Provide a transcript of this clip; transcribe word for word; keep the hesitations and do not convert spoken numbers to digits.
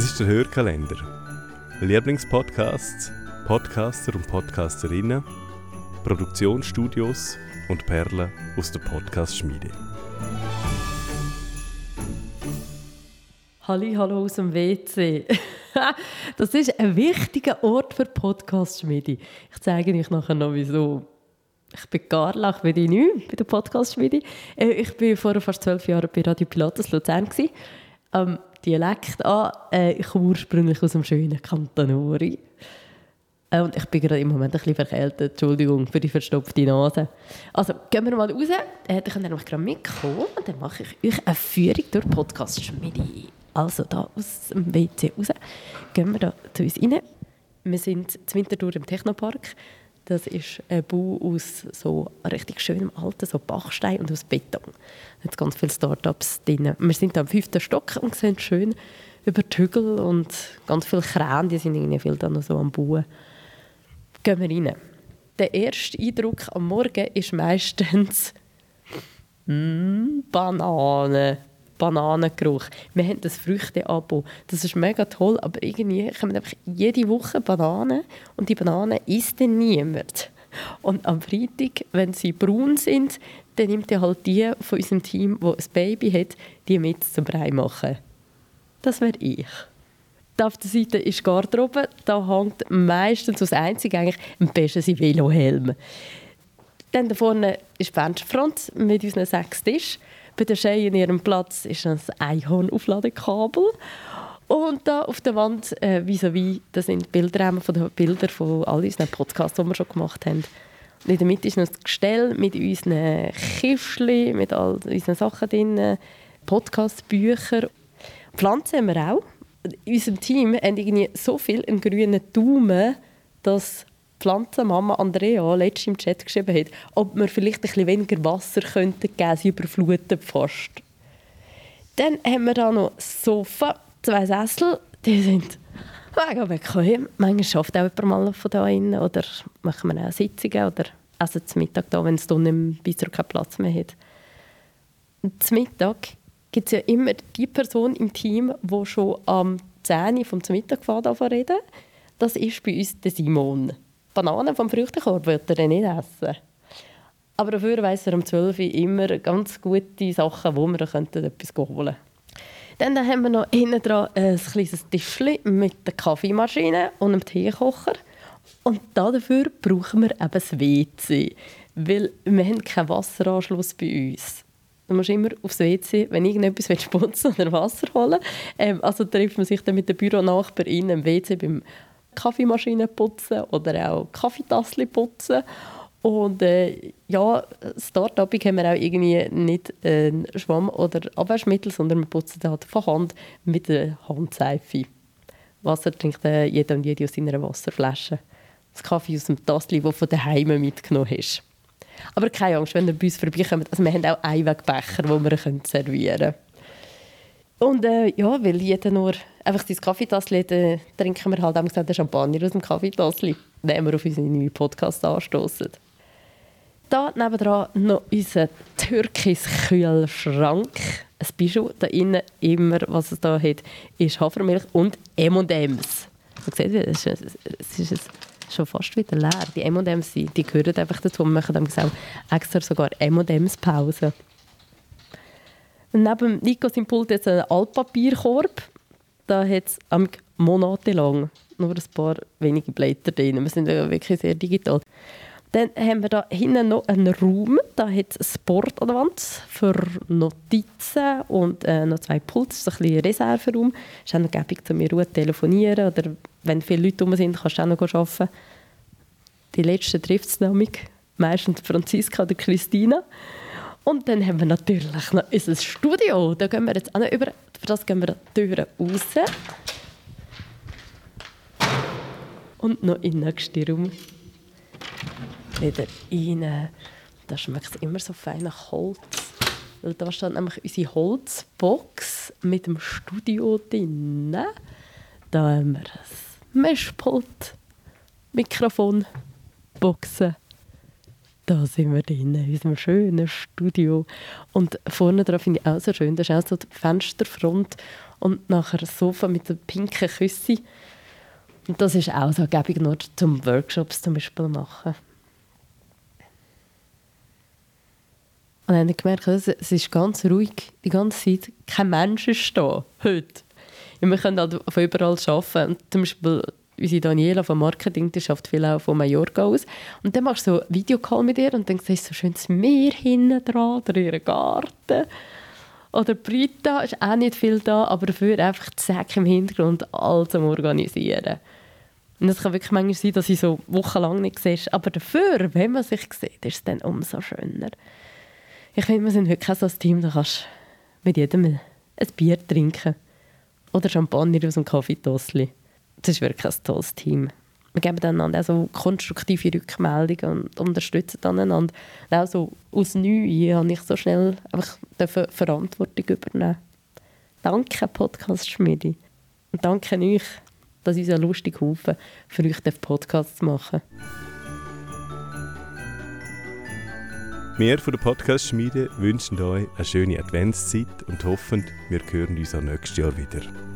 Das ist der Hörkalender. Lieblingspodcasts, Podcaster und Podcasterinnen, Produktionsstudios und Perlen aus der Podcast-Schmiede. Halli, hallo aus dem W C. Das ist ein wichtiger Ort für Podcast-Schmiede. Ich zeige euch nachher noch, wieso. Ich bin Carla, ich bin die neu bei der Podcast-Schmiede. Ich war vor fast zwölf Jahren bei Radio Pilatus Luzern. Ähm, Dialekt an. Äh, ich komme ursprünglich aus dem schönen Kanton Uri. Äh, und ich bin gerade im Moment ein bisschen verkältet. Entschuldigung für die verstopfte Nase. Also, gehen wir mal raus. Äh, dann könnt ihr noch gerade mitkommen. Und dann mache ich euch eine Führung durch Podcast-Schmiede. Also, da aus dem W C raus. Gehen wir da zu uns rein. Wir sind zu Winterthur im Technopark. Das ist ein Bau aus so richtig schönem alten so Bachstein und aus Beton. Da hat ganz viele Start-ups drin. Wir sind am fünften Stock und sehen schön über die Hügel und ganz viele Kräne, die sind irgendwie viel da noch so am Bauen. Gehen wir rein. Der erste Eindruck am Morgen ist meistens mm, Banane. Bananengeruch. Wir haben das Früchteabo. Das ist mega toll, aber irgendwie kommen einfach jede Woche Bananen und die Bananen isst dann niemand. Und am Freitag, wenn sie braun sind, dann nimmt er halt die von unserem Team, die ein Baby hat, die mit zum Brei machen. Das wäre ich. Da auf der Seite ist die Garderobe. Da hängt meistens das Einzige eigentlich am besten sein Velohelm. Dann da vorne ist die Fensterfront mit unseren sechs Tischen. Bei der Schei in ihrem Platz ist ein Einhorn-Aufladekabel. Und da auf der Wand äh, vis-à-vis, das sind Bilderrahmen von den Bildern von all unseren Podcasts, die wir schon gemacht haben. Und in der Mitte ist noch das Gestell mit unseren Kistchen, mit all unseren Sachen drin, Podcastbücher. Pflanzen haben wir auch. In unserem Team haben irgendwie so viel einen grünen Daumen, dass Pflanzenmama Andrea letztens im Chat geschrieben hat, ob wir vielleicht ein bisschen weniger Wasser könnten geben, sie überfluten fast. Dann haben wir da noch Sofa, zwei Sessel, die sind mega bequem. Manchmal schafft auch jemand mal von da innen oder machen wir auch Sitzungen oder essen zum Mittag da, wenn es dann im Bistro keinen Platz mehr hat. Und zum Mittag gibt es ja immer die Person im Team, die schon am zehn Uhr vom Mittag reden. Das ist bei uns der Simon. Bananen vom Früchtekorb wird er nicht essen. Aber dafür weiss er um zwölf Uhr immer ganz gute Sachen, wo wir etwas holen könnten. Dann haben wir noch hinten dran ein kleines Tischchen mit der Kaffeemaschine und einem Teekocher. Und dafür brauchen wir eben das W C. Weil wir haben keinen Wasseranschluss bei uns. Du musst immer aufs W C, wenn irgendetwas putzen oder Wasser holen ähm, also trifft man sich dann mit den Büronachbarn im W C beim Kaffeemaschine putzen oder auch Kaffeetassen putzen. Und äh, ja, Start-upig haben wir auch irgendwie nicht einen Schwamm oder Abwaschmittel, sondern wir putzen halt von Hand mit der Handseife. Wasser trinkt äh, jeder und jede aus seiner Wasserflasche. Das Kaffee aus dem Tassli, das du von daheim mitgenommen hast. Aber keine Angst, wenn ihr bei uns vorbeikommt. Also wir haben auch Einwegbecher, die wir servieren können. Und äh, ja, weil jeder nur einfach sein Kaffeetassli, dann trinken wir halt auch den Champagner aus dem Kaffeetassli, wenn wir auf unseren neuen Podcast anstoßen. Da nebendran noch unser Türkis-Kühlschrank. Ein Bijou. Da innen immer, was es da hat, ist Hafermilch und M und M's. Man sieht, es ist, es ist schon fast wieder leer. Die M und M's, die, die gehören einfach dazu. Wir machen dann auch extra sogar M und M's Pause. Neben Nikos im Pult jetzt einen Altpapierkorb. Da hat es monatelang nur ein paar wenige Blätter drin. Wir sind ja wirklich sehr digital. Dann haben wir da hinten noch einen Raum. Da hat es ein Board an der Wand für Notizen und äh, noch zwei Puls. Das ist ein bisschen Reserveraum. Es ist auch noch gäbig, um in Ruhe zu telefonieren. Oder wenn viele Leute rum sind, kannst du auch noch arbeiten. Die letzte trifft es nämlich. Meistens Franziska oder Christina. Und dann haben wir natürlich noch unser Studio. Da gehen wir jetzt auch noch über. Für das gehen wir die Türen raus. Und noch in den nächsten Raum. Wieder rein. Da schmeckt es immer so fein nach Holz. Weil da steht nämlich unsere Holzbox mit dem Studio drin. Da haben wir ein Mischpult, Mikrofon, Boxen, Da sind wir drin, in unserem schönen Studio. Und vorne drauf finde ich auch so schön, das ist auch so die Fensterfront und nachher ein Sofa mit so pinken Küssen. Und das ist auch so gäbig noch zum Workshops zum Beispiel machen. Und dann habe ich gemerkt, es ist ganz ruhig, die ganze Zeit. Kein Mensch ist da, heute. Ja, wir können halt von überall arbeiten. Und zum Beispiel unsere Daniela vom Marketing, die arbeitet viel auch von Mallorca aus. Und dann machst du so einen Videocall mit ihr und dann siehst du so schön das Meer hinten dran oder ihren Garten. Oder Britta ist auch nicht viel da, aber dafür einfach die Säcke im Hintergrund, alles am Organisieren. Und es kann wirklich manchmal sein, dass ich so wochenlang nicht sehe. Aber dafür, wenn man sich sieht, ist es dann umso schöner. Ich finde, wir sind wirklich so ein Team, da kannst du mit jedem ein Bier trinken. Oder Champagner aus dem Kaffeetassli. Das ist wirklich ein tolles Team. Wir geben einander auch so konstruktive Rückmeldungen und unterstützen einander. Und auch so aus Neuem habe ich so schnell einfach Verantwortung übernehmen. Danke, Podcast-Schmiede. Und danke euch, dass ich so lustig helfe, für euch den Podcast zu machen. Wir von der Podcast-Schmiede wünschen euch eine schöne Adventszeit und hoffen, wir hören uns auch nächstes Jahr wieder.